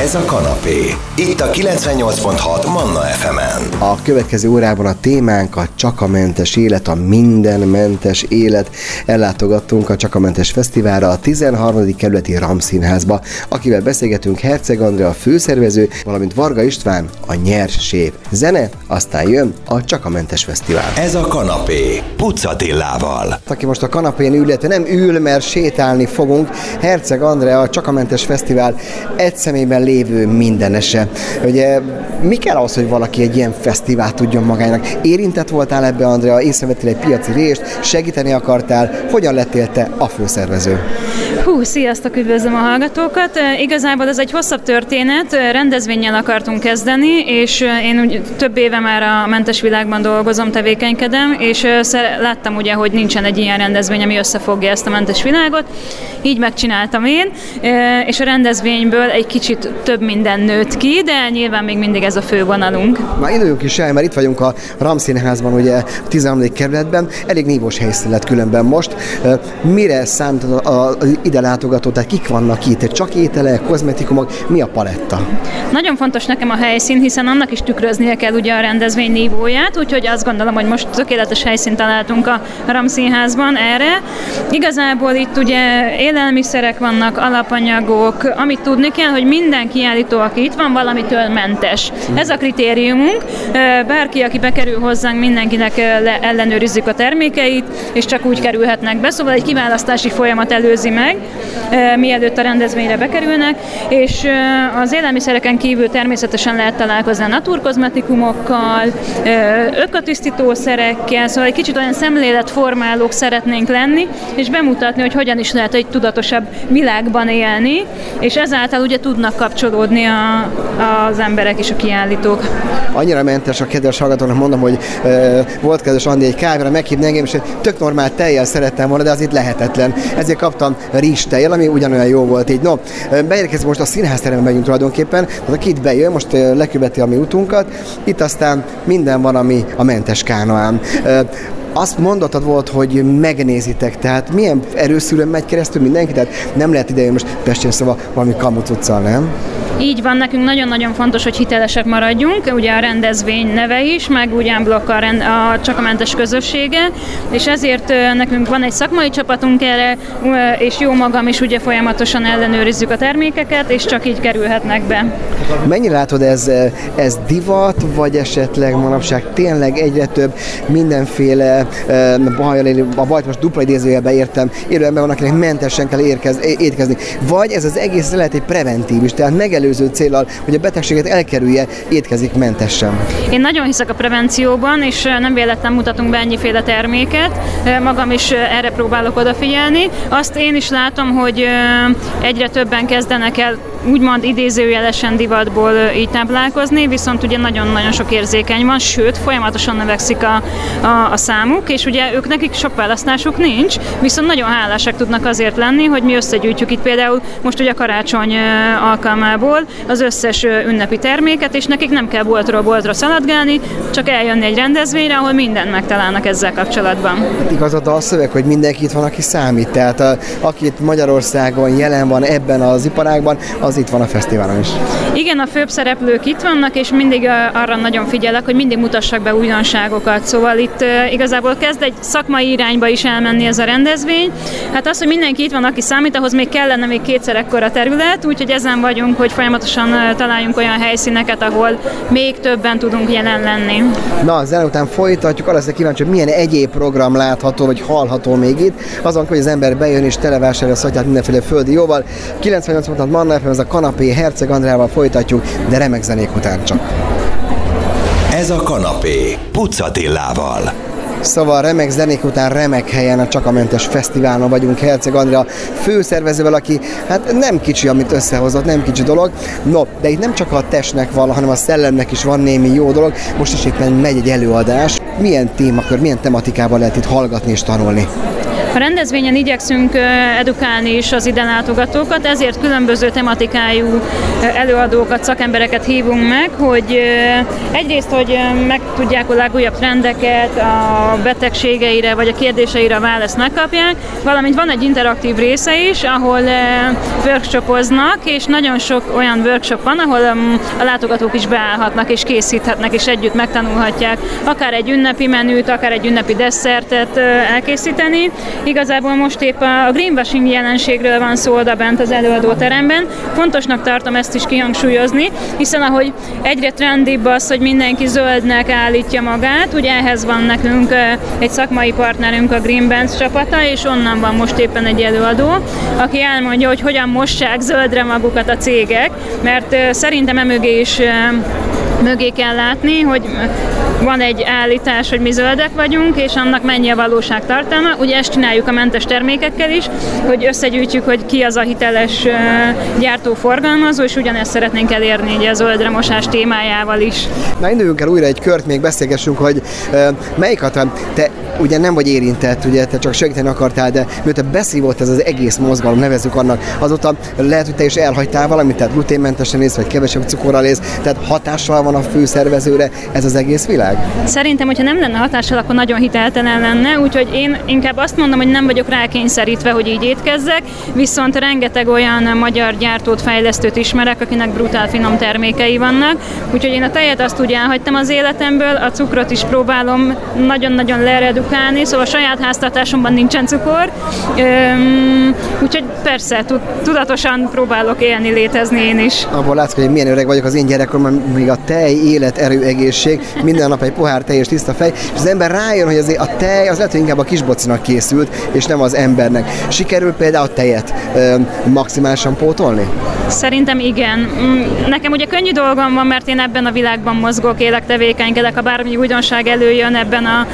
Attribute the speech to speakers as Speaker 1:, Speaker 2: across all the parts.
Speaker 1: Ez a kanapé. Itt a 98.6 Manna FM-en.
Speaker 2: A következő órában a témánk a Csakamentes élet, a mindenmentes élet. Ellátogattunk a Csakamentes Fesztiválra, a 13. kerületi Ramszínházba, akivel beszélgetünk Herceg Andrea, a főszervező, valamint Varga István, a nyers-séf. Zene, aztán jön a Csakamentes Fesztivál.
Speaker 1: Ez a kanapé Puc Attilával.
Speaker 2: Aki most a kanapén ül, illetve nem ül, mert sétálni fogunk, Herceg Andrea, a Csakamentes Fesztivál egy személyben lévő mindenese. Ugye mi kell ahhoz, hogy valaki egy ilyen fesztivált tudjon magának? Érintett voltál ebbe, Andrea? Észrevettél egy piaci részt? Segíteni akartál? Hogyan lettél te a főszervező?
Speaker 3: Sziasztok, üdvözlöm a hallgatókat! Igazából ez egy hosszabb történet, rendezvénnyel akartunk kezdeni, és én ugye több éve már a mentes világban dolgozom, tevékenykedem, és láttam ugye, hogy nincsen egy ilyen rendezvény, ami összefogja ezt a mentes világot. Így megcsináltam én, és a rendezvényből egy kicsit több minden nőtt ki, de nyilván még mindig ez a fő vonalunk.
Speaker 2: Már induljunk is el, mert itt vagyunk a Ramszínházban, ugye a 13. kerületben, elég nívós helyszín lett különben most. Mire számít az ide látogató, tehát kik vannak itt? Csak ételek, kozmetikumok, mi a paletta?
Speaker 3: Nagyon fontos nekem a helyszín, hiszen annak is tükröznie kell ugye a rendezvény nívóját, úgyhogy azt gondolom, hogy most tökéletes helyszínt találtunk a Ramszínházban erre. Igazából itt ugye élelmiszerek vannak, alapanyagok, amit tudni kell, hogy minden kiállító, aki itt van, valamitől mentes. Ez a kritériumunk. Bárki, aki bekerül hozzánk, mindenkinek ellenőrizzük a termékeit, és csak úgy kerülhetnek be, szóval egy kiválasztási folyamat előzi meg, mielőtt a rendezvényre bekerülnek, és az élelmiszereken kívül természetesen lehet találkozni a naturkozmetikumokkal, ökotisztítószerekkel, szóval egy kicsit olyan szemléletformálók szeretnénk lenni, és bemutatni, hogy hogyan is lehet egy tudatosabb világban élni, és ezáltal ugye tudnak kapcsolódni az emberek és a kiállítók. Annyira
Speaker 2: mentes a kedves hallgatónak, mondom, hogy volt kedves Andi egy kávéra, meghívni engem, és tök normál tejjel szerettem volna, de az itt lehetetlen. Ezért kaptam rizstejjel, ami ugyanolyan jó volt így. No, beérkezünk most a színházterembe megyünk tulajdonképpen, tehát aki itt bejön, most leköveti a mi utunkat, itt aztán minden van, ami a mentes kánoán. Azt mondottad volt, hogy megnézitek, tehát milyen erőszűrőn megy keresztül mindenki, tehát nem lehet idejön most Pestén szóval valami kamucuccal, nem?
Speaker 3: Így van, nekünk nagyon-nagyon fontos, hogy hitelesek maradjunk, ugye a rendezvény neve is, meg ugyanblokk a Csakamentes közössége, és ezért nekünk van egy szakmai csapatunk erre, és jó magam is ugye folyamatosan ellenőrizzük a termékeket, és csak így kerülhetnek be.
Speaker 2: Mennyire látod, ez divat, vagy esetleg manapság tényleg egyre több mindenféle a bajt most dupla idézőjelbe értem, élő ember van, akinek mentesen kell étkezni, vagy ez az egész lehet egy preventív is, tehát megelőző céllal, hogy a betegséget elkerülje, étkezik mentesen.
Speaker 3: Én nagyon hiszek a prevencióban, és nem véletlen mutatunk be ennyiféle terméket, magam is erre próbálok odafigyelni. Azt én is látom, hogy egyre többen kezdenek el úgymond idézőjelesen divatból így táplálkozni, viszont ugye nagyon-nagyon sok érzékeny van, sőt, folyamatosan növekszik a számuk, és ugye nekik sok választásuk nincs, viszont nagyon hálásak tudnak azért lenni, hogy mi összegyűjtjük itt például most ugye a karácsony alkalmából az összes ünnepi terméket, és nekik nem kell boltról boltra szaladgálni, csak eljönni egy rendezvényre, ahol mindent megtalálnak ezzel kapcsolatban.
Speaker 2: Igazad a szöveg, hogy mindenki itt van, aki számít, tehát aki itt Magyarországon jelen van ebben az iparágban, az itt van a fesztiválon is.
Speaker 3: Igen, a főbb szereplők itt vannak, és mindig arra nagyon figyelek, hogy mindig mutassak be újdonságokat. Szóval itt igazából kezd egy szakmai irányba is elmenni ez a rendezvény. Hát az, hogy mindenki itt van, aki számít, ahhoz még kellene még kétszer ekkora terület, úgyhogy ezen vagyunk, hogy folyamatosan találjunk olyan helyszíneket, ahol még többen tudunk jelen lenni.
Speaker 2: Na, zene után folytatjuk, arra leszek kíváncsi, hogy milyen egyéb program látható, vagy hallható még itt. Azon, hogy az ember bejön és televásárolja a szatját mindenféle földi jóval. 98 pontot Manna FM, ez a kanapé, Herceg Andreával folytatjuk, de remek zenék után csak.
Speaker 1: Ez a kanapé Puc Attilával.
Speaker 2: Szóval remek zenék után remek helyen a Csakamentes Fesztiválon vagyunk Herceg Andrea főszervezővel, aki hát nem kicsi, amit összehozott, nem kicsi dolog. No, de itt nem csak a testnek van, hanem a szellemnek is van némi jó dolog. Most is éppen megy egy előadás. Milyen témakör, milyen tematikában lehet itt hallgatni és tanulni?
Speaker 3: A rendezvényen igyekszünk edukálni is az ide látogatókat, ezért különböző tematikájú előadókat, szakembereket hívunk meg, hogy egyrészt, hogy megtudják a legújabb trendeket, a betegségeire vagy a kérdéseire a választ megkapják, valamint van egy interaktív része is, ahol workshopoznak, és nagyon sok olyan workshop van, ahol a látogatók is beállhatnak és készíthetnek, és együtt megtanulhatják akár egy ünnepi menüt, akár egy ünnepi desszertet elkészíteni. Igazából most épp a greenwashing jelenségről van szó oda bent az előadóteremben. Fontosnak tartom ezt is kihangsúlyozni, hiszen ahogy egyre trendibb az, hogy mindenki zöldnek állítja magát, ugye ehhez van nekünk egy szakmai partnerünk, a Green Bands csapata, és onnan van most éppen egy előadó, aki elmondja, hogy hogyan mossák zöldre magukat a cégek, mert szerintem emögé is mögé kell látni, hogy van egy állítás, hogy mi zöldek vagyunk, és annak mennyi a valóság tartalma. Ugye ezt csináljuk a mentes termékekkel is, hogy összegyűjtjük, hogy ki az a hiteles gyártó-forgalmazó, és ugyanezt szeretnénk elérni ugye a zöldre mosás témájával is.
Speaker 2: Na, induljunk el újra egy kört, még beszélgessünk, hogy melyik te ugye nem vagy érintett, ugye te csak segíteni akartál, de mióta beszívott ez az egész mozgalom, nevezzük annak, azóta lehet, hogy te is elhagytál valamit, tehát gluténmentesen ész, vagy kevesebb cukorral ész, tehát hatással van a főszervezőre ez az egész világ? Szerintem,
Speaker 3: hogyha nem lenne hatással, akkor nagyon hiteltelen lenne, úgyhogy én inkább azt mondom, hogy nem vagyok rákényszerítve, hogy így étkezzek, viszont rengeteg olyan magyar gyártót, fejlesztőt ismerek, akinek brutál finom termékei vannak, úgyhogy én a tejet azt úgy elhagytam az életemből, a cukrot is próbálom nagyon-nagyon leredukálni, szóval a saját háztartásomban nincsen cukor, úgyhogy persze, tudatosan próbálok élni, létezni én is.
Speaker 2: Abból látszik, hogy milyen öreg vagyok, az én gyerekkoromban még a tej, élet, erő, egészség, minden nap egy pohár tej és tiszta fej, és az ember rájön, hogy azért a tej az lehet, hogy inkább a kisbocinak készült, és nem az embernek. Sikerül például a tejet maximálisan pótolni?
Speaker 3: Szerintem igen. Nekem ugye könnyű dolgom van, mert én ebben a világban mozgok, élek, tevékenykedek, ha bármi újdonság előjön ebben a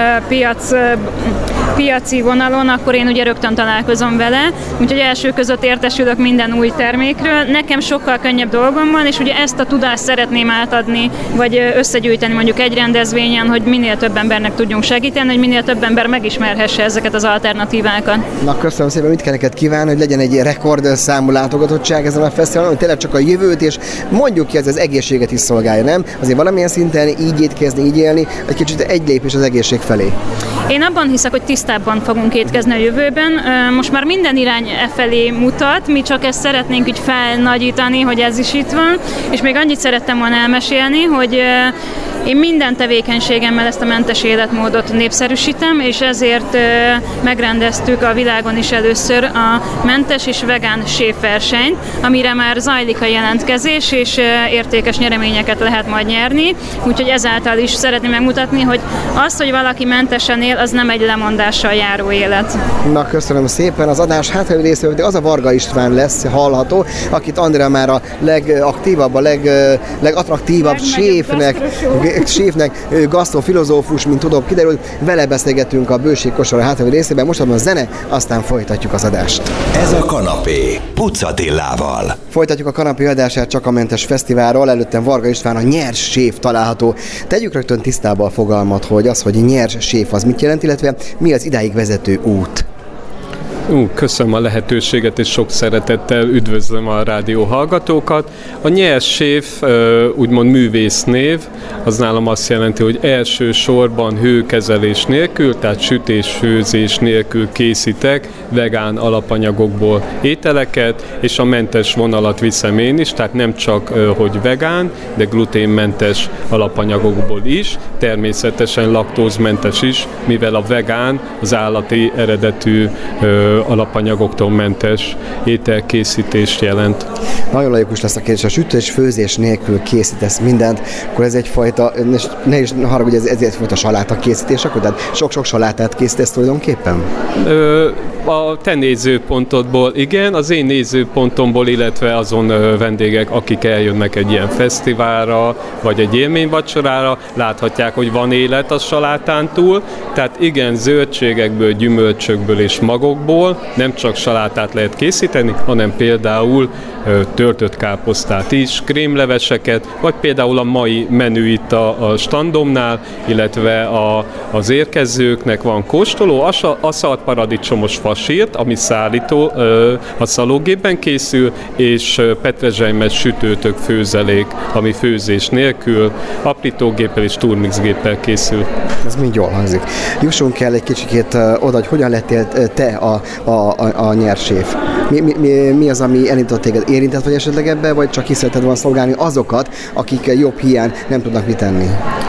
Speaker 3: piaci vonalon, akkor én ugye rögtön találkozom vele, úgyhogy első között értesülök minden új termékről. Nekem sokkal könnyebb dolgom van, és ugye ezt a tudást szeretném átadni, vagy összegyűjteni mondjuk egy rendezvényen, hogy minél több embernek tudjunk segíteni, hogy minél több ember megismerhesse ezeket az alternatívákat.
Speaker 2: Na, köszönöm szépen, mit kell neked kívánni, hogy legyen egy rekordszámú látogatottság ezen a fesztiválon, hogy tényleg csak a jövőt, és mondjuk ki, ez az egészséget is szolgálja, nem? Azért valamilyen szinten így étkezni, így élni, egy kicsit egy lépés az egészség felé.
Speaker 3: Én abban hiszek, hogy tisztábban fogunk étkezni a jövőben. Most már minden irány felé mutat, mi csak ezt szeretnénk úgy felnagyítani, hogy ez is itt van, és még annyit szerettem volna elmesélni, hogy én minden tevékenységemmel ezt a mentes életmódot népszerűsítem, és ezért megrendeztük a világon is először a mentes és vegán séfversenyt, amire már zajlik a jelentkezés, és értékes nyereményeket lehet majd nyerni, úgyhogy ezáltal is szeretném megmutatni, hogy az, hogy valaki mentesen él, az nem egy lemondással járó élet.
Speaker 2: Na, köszönöm szépen. Az adás hátralévő részéről az a Varga István lesz hallható, akit Andrea már a legaktívabb, a legattraktívabb séfnek, gasztrofilozófus, mint tudom, kiderült, vele beszélgetünk a Bőség kosara hátralévő részében, most a zene, aztán folytatjuk az adást.
Speaker 1: Ez a kanapé, Puc Attilával.
Speaker 2: Folytatjuk a kanapé adását csak a mentes fesztiválról, előttem Varga István, a nyers séf található. Tegyük rögtön tisztába a fogalmat, hogy az, hogy nyers séf az mit jelent, illetve mi az idáig vezető út.
Speaker 4: Köszönöm a lehetőséget, és sok szeretettel üdvözlöm a rádió hallgatókat. A nyers séf, úgymond művésznév, az nálam azt jelenti, hogy elsősorban hőkezelés nélkül, tehát sütés-főzés nélkül készítek vegán alapanyagokból ételeket, és a mentes vonalat viszem én is, tehát nem csak, hogy vegán, de gluténmentes alapanyagokból is, természetesen laktózmentes is, mivel a vegán az állati eredetű alapanyagoktól mentes ételkészítést jelent.
Speaker 2: Nagyon laikus lesz a kérdés, a sütés, főzés nélkül készítesz mindent, akkor ez egyfajta, ne is haragudj, ez egyfajta saláta készítés, akkor tehát sok-sok salátát készítesz tulajdonképpen?
Speaker 4: A te nézőpontodból igen, az én nézőpontomból, illetve azon vendégek, akik eljönnek egy ilyen fesztiválra, vagy egy élményvacsorára, láthatják, hogy van élet a salátán túl, tehát igen, zöldségekből, gyümölcsökből és magokból nem csak salátát lehet készíteni, hanem például töltött káposztát is, krémleveseket, vagy például a mai menü itt a standomnál, illetve az érkezőknek van kóstoló, aszalt paradicsomos fasírt, ami szállító, a szalógépben készül, és petrezselymes sütőtök főzelék, ami főzés nélkül, aprítógéppel és turmixgéppel készül.
Speaker 2: Ez mind jól hangzik. Jussunk el egy kicsikét oda, hogy hogyan lettél te a nyerséf. Mi az, ami elindított téged? Érintett vagy esetleg ebbe, vagy csak hiszleted van szolgálni azokat, akik jobb hiány nem tudnak mit tenni?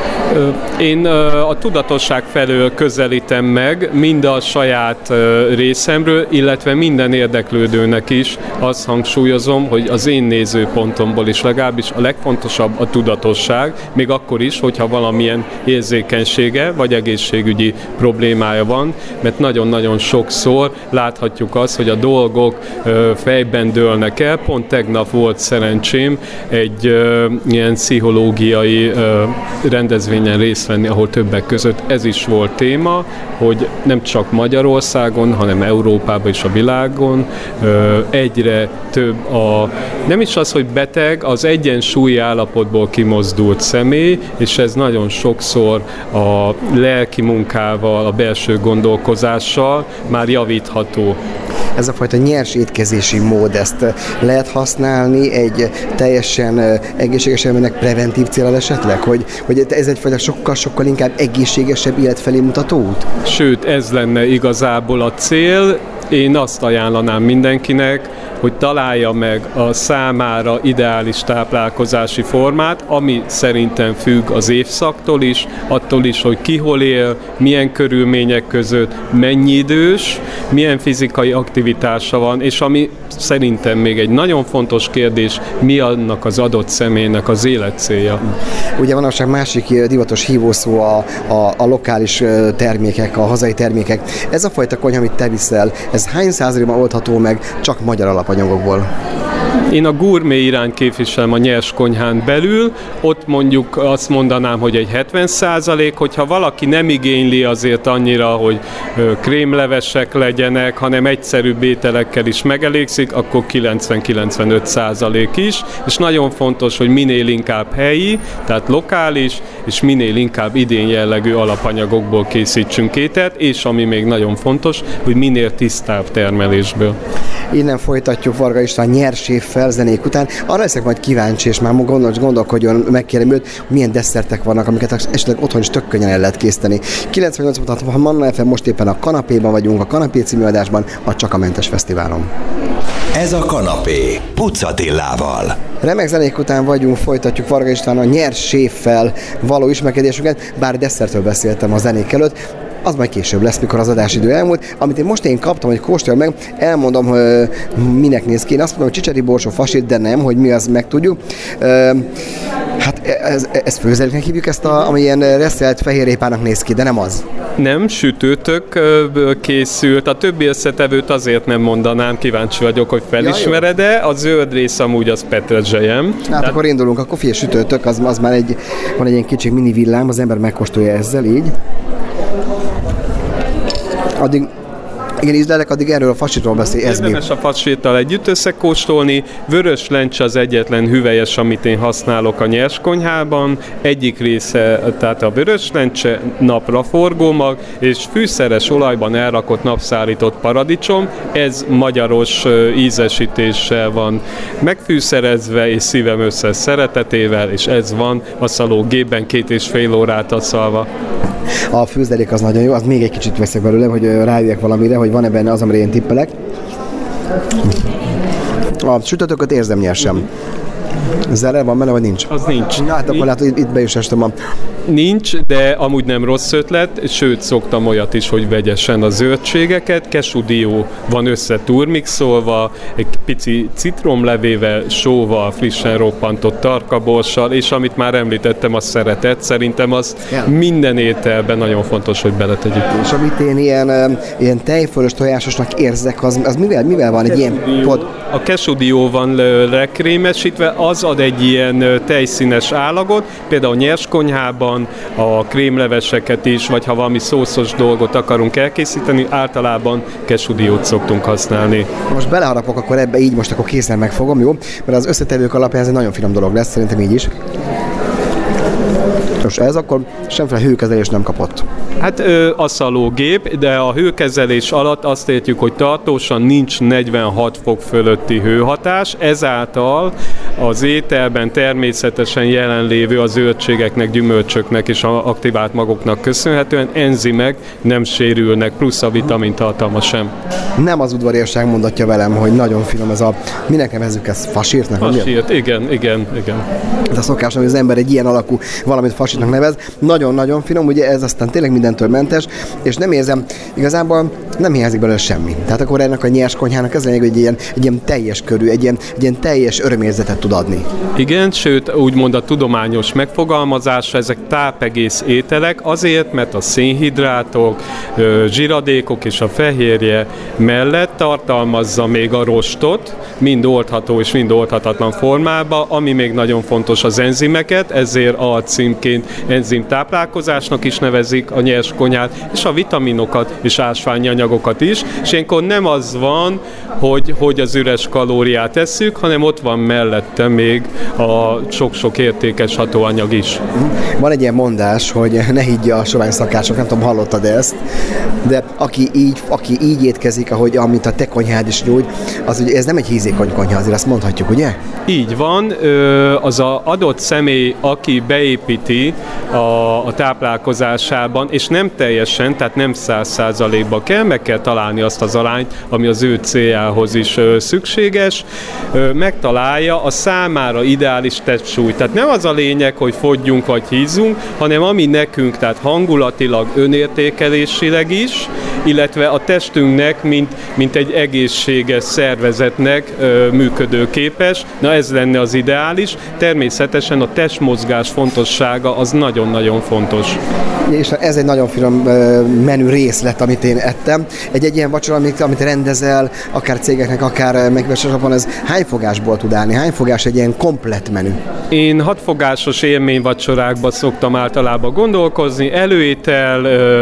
Speaker 4: Én a tudatosság felől közelítem meg mind a saját részemről, illetve minden érdeklődőnek is azt hangsúlyozom, hogy az én nézőpontomból is legalábbis a legfontosabb a tudatosság, még akkor is, hogyha valamilyen érzékenysége vagy egészségügyi problémája van, mert nagyon-nagyon sokszor láthatjuk azt, hogy a dolgok fejben dőlnek el. Pont tegnap volt szerencsém egy ilyen pszichológiai rendezvényen részt venni, ahol többek között ez is volt téma, hogy nem csak Magyarországon, hanem Európában és a világon egyre több nem is az, hogy beteg, az egyensúlyi állapotból kimozdult személy, és ez nagyon sokszor a lelki munkával, a belső gondolkozással már javítható.
Speaker 2: Ez a fajta nyers étkezési mód, ezt lehet használni egy teljesen egészséges embernek preventív célral esetleg? Hogy ez egyfajta sokkal inkább egészségesebb élet felé mutató út?
Speaker 4: Sőt, ez lenne igazából a cél. Én azt ajánlanám mindenkinek, hogy találja meg a számára ideális táplálkozási formát, ami szerintem függ az évszaktól is, attól is, hogy ki hol él, milyen körülmények között, mennyi idős, milyen fizikai aktivitása van, és ami szerintem még egy nagyon fontos kérdés, mi annak az adott személynek az életcélja.
Speaker 2: Ugye van a másik divatos hívószó a lokális termékek, a hazai termékek. Ez a fajta konyha, amit te viszel, ez hány százalékban oldható meg csak magyar alapanyagokból?
Speaker 4: Én a gurmé irányt képviselem a nyers konyhán belül, ott mondjuk azt mondanám, hogy egy 70%, hogyha valaki nem igényli azért annyira, hogy krémlevesek legyenek, hanem egyszerűbb ételekkel is megelégszik, akkor 90-95% is, és nagyon fontos, hogy minél inkább helyi, tehát lokális, és minél inkább idén jellegű alapanyagokból készítsünk ételt, és ami még nagyon fontos, hogy minél tisztább termelésből.
Speaker 2: Innen folytatjuk Varga István nyerséffel zenék után. Arra leszek majd kíváncsi, és már gondolkodjon, megkérem őt, milyen desszertek vannak, amiket esetleg otthon is tök könnyen el lehet készíteni. 98.6 Manna FM, most éppen a Kanapéban vagyunk, a Kanapé című adásban, a Csakamentes Fesztiválon.
Speaker 1: Ez a Kanapé, Puc Attilával.
Speaker 2: Remek zenék után vagyunk, folytatjuk Varga István a nyerséffel való ismerkedésünket, bár desszertől beszéltem a zenék előtt. Az majd később lesz, mikor az adásidő elmúlt. Amit én kaptam, hogy kóstoljam meg, elmondom, hogy minek néz ki. Én azt mondom, hogy csicseri borsó fasírt, de nem, hogy mi az, megtudjuk. Hát ezt főzeléknek hívjuk ezt, ami ilyen reszelt fehérrépának néz ki, de nem az.
Speaker 4: Nem, sütőtökből készült. A többi összetevőt azért nem mondanám, kíváncsi vagyok, hogy felismered-e. A zöld rész amúgy az petrezselyem.
Speaker 2: Hát akkor indulunk, akkor figyelj, sütőtök, az már van egy ilyen kicsi mini villám, az ember megkóstolja ezzel így. Addig igen, ízlelek, addig erről a fasírtól beszélj, ez mi?
Speaker 4: Érdemes a fasírttal együtt összekóstolni. Vörös lencse az egyetlen hüvelyes, amit én használok a nyers konyhában. Egyik része, tehát a vörös lencse, napra forgómag, és fűszeres olajban elrakott napszállított paradicsom. Ez magyaros ízesítéssel van megfűszerezve, és szívem összes szeretetével, és ez van a szalógépben 2,5 órát aszalva.
Speaker 2: A főzelék az nagyon jó, az még egy kicsit veszek belőle, hogy rájöjjek valamire, hogy van-e benne az, amire én tippelek. A sütőtököt érzem nyersem. Zele van benne, vagy nincs?
Speaker 4: Az nincs.
Speaker 2: Na, hát akkor látod, itt be is estem a...
Speaker 4: Nincs, de amúgy nem rossz ötlet, sőt szoktam olyat is, hogy vegyesen a zöldségeket. Kesudió van turmixolva, egy pici citromlevével, sóval, frissen roppantott tarkaborssal, és amit már említettem, a szeretet. Szerintem az minden ételben nagyon fontos, hogy beletegyük.
Speaker 2: És amit én ilyen tejfölös tojásosnak érzek, az mivel van egy ilyen pod?
Speaker 4: A kesudió van lekrémesítve, de az ad egy ilyen tejszínes állagot, például a nyerskonyhában a krémleveseket is, vagy ha valami szószos dolgot akarunk elkészíteni, általában kesudiót szoktunk használni.
Speaker 2: Most beleharapok akkor ebbe, így most akkor készen megfogom, jó? Mert az összetevők alapján ez egy nagyon finom dolog lesz, szerintem így is. Most ez akkor semmiféle hőkezelés nem kapott.
Speaker 4: Hát asszalógép, de a hőkezelés alatt azt értjük, hogy tartósan nincs 46 fok fölötti hőhatás, ezáltal az ételben természetesen jelenlévő a zöldségeknek, gyümölcsöknek és a aktivált magoknak köszönhetően enzimek nem sérülnek, plusz a vitamintartalma sem.
Speaker 2: Nem az udvariasság mondatja velem, hogy nagyon finom ez a, minek nevezzük ezt, fasírtnak?
Speaker 4: Fasírt, igen.
Speaker 2: Ez a szokás, hogy az ember egy ilyen alakú valamit fasírtnak nevez. Nagyon-nagyon finom, ugye ez aztán tényleg mindentől mentes, és nem érzem, igazából nem hiányzik belőle semmi. Tehát akkor ennek a nyers konyhának ez lényeg, hogy egy ilyen teljes körű, egy ilyen teljes örömérzetet tud adni.
Speaker 4: Igen, sőt, úgymond a tudományos megfogalmazása, ezek tápegész ételek, azért, mert a szénhidrátok, zsiradékok és a fehérje mellett tartalmazza még a rostot, mind oldható és mind oldhatatlan formában, ami még nagyon fontos az enzimeket, ezért alcímként enzimtáplálkozásnak is nevezik a nyers konyhát, és a vitaminokat és ásványi anyagokat is, és ilyenkor nem az van, hogy az üres kalóriát tesszük, hanem ott van mellette még a sok-sok értékes hatóanyag is.
Speaker 2: Van egy ilyen mondás, hogy ne higgye a sovány szakácsok, nem tudom, hallottad ezt, de aki így étkezik, amit a te konyhád is nyújt, az ugye ez nem egy hízékony konyha, azért azt mondhatjuk, ugye?
Speaker 4: Így van, az az adott személy, aki beépíti a táplálkozásában, és nem teljesen, tehát nem 100%-ba kell, meg kell találni azt az arányt, ami az ő céljához is szükséges, megtalálja a számára ideális testsúlyt. Tehát nem az a lényeg, hogy fogyjunk vagy hízunk, hanem ami nekünk, tehát hangulatilag, önértékelésileg is, illetve a testünknek, mint egy egészséges szervezetnek működőképes. Na ez lenne az ideális. Természetesen a testmozgás fontossága az nagyon-nagyon fontos.
Speaker 2: És ez egy nagyon finom menü részlet, amit én ettem. Egy ilyen vacsora, amit rendezel, akár cégeknek, akár megvásárlóban, ez hány fogásból tud állni? Hány fogás egy ilyen komplett menü? Én
Speaker 4: 6 fogásos élményvacsorákba szoktam általában gondolkozni. Előétel,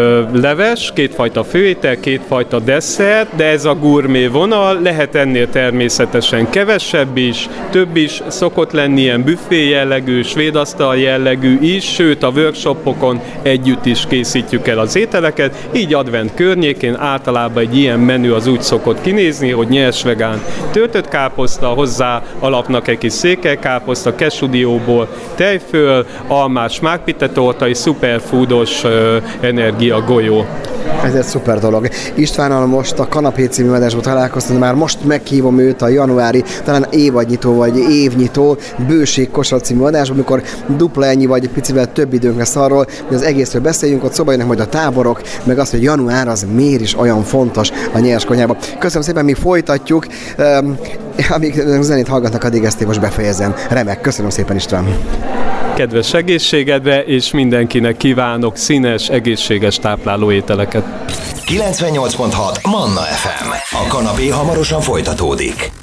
Speaker 4: leves, 2 fajta főétel, 2 fajta desszert, de ez a gurmé vonal, lehet ennél természetesen kevesebb is, több is, szokott lenni ilyen büfé jellegű, svédasztal jellegű is, sőt a workshopokon együtt is készítjük el az ételeket, így advent környékén általában egy ilyen menü az úgy szokott kinézni, hogy nyers vegán töltött káposzta, hozzá alapnak egy kis székelykáposzta, kesudióból tejföl, almás mágpitetorta és superfoodos energia golyó.
Speaker 2: Ez egy szuper dolog. Istvánnal most a Kanapé című adásban találkoztam, de már most meghívom őt a januári, talán évadnyitó vagy évnyitó Bőség kosar című adásban, amikor dupla ennyi vagy picivel több időnk lesz arról, hogy az egészről beszéljünk, ott szóba jönnek majd a táborok, meg azt, hogy január az miért is olyan fontos a nyers konyhában. Köszönöm szépen, mi folytatjuk. Amíg zenét hallgatnak, addig ezt én most befejezem. Remek, köszönöm szépen, István.
Speaker 4: Kedves egészségedre, és mindenkinek kívánok színes, egészséges tápláló ételeket.
Speaker 1: 98.6 Manna FM. A kanapé hamarosan folytatódik.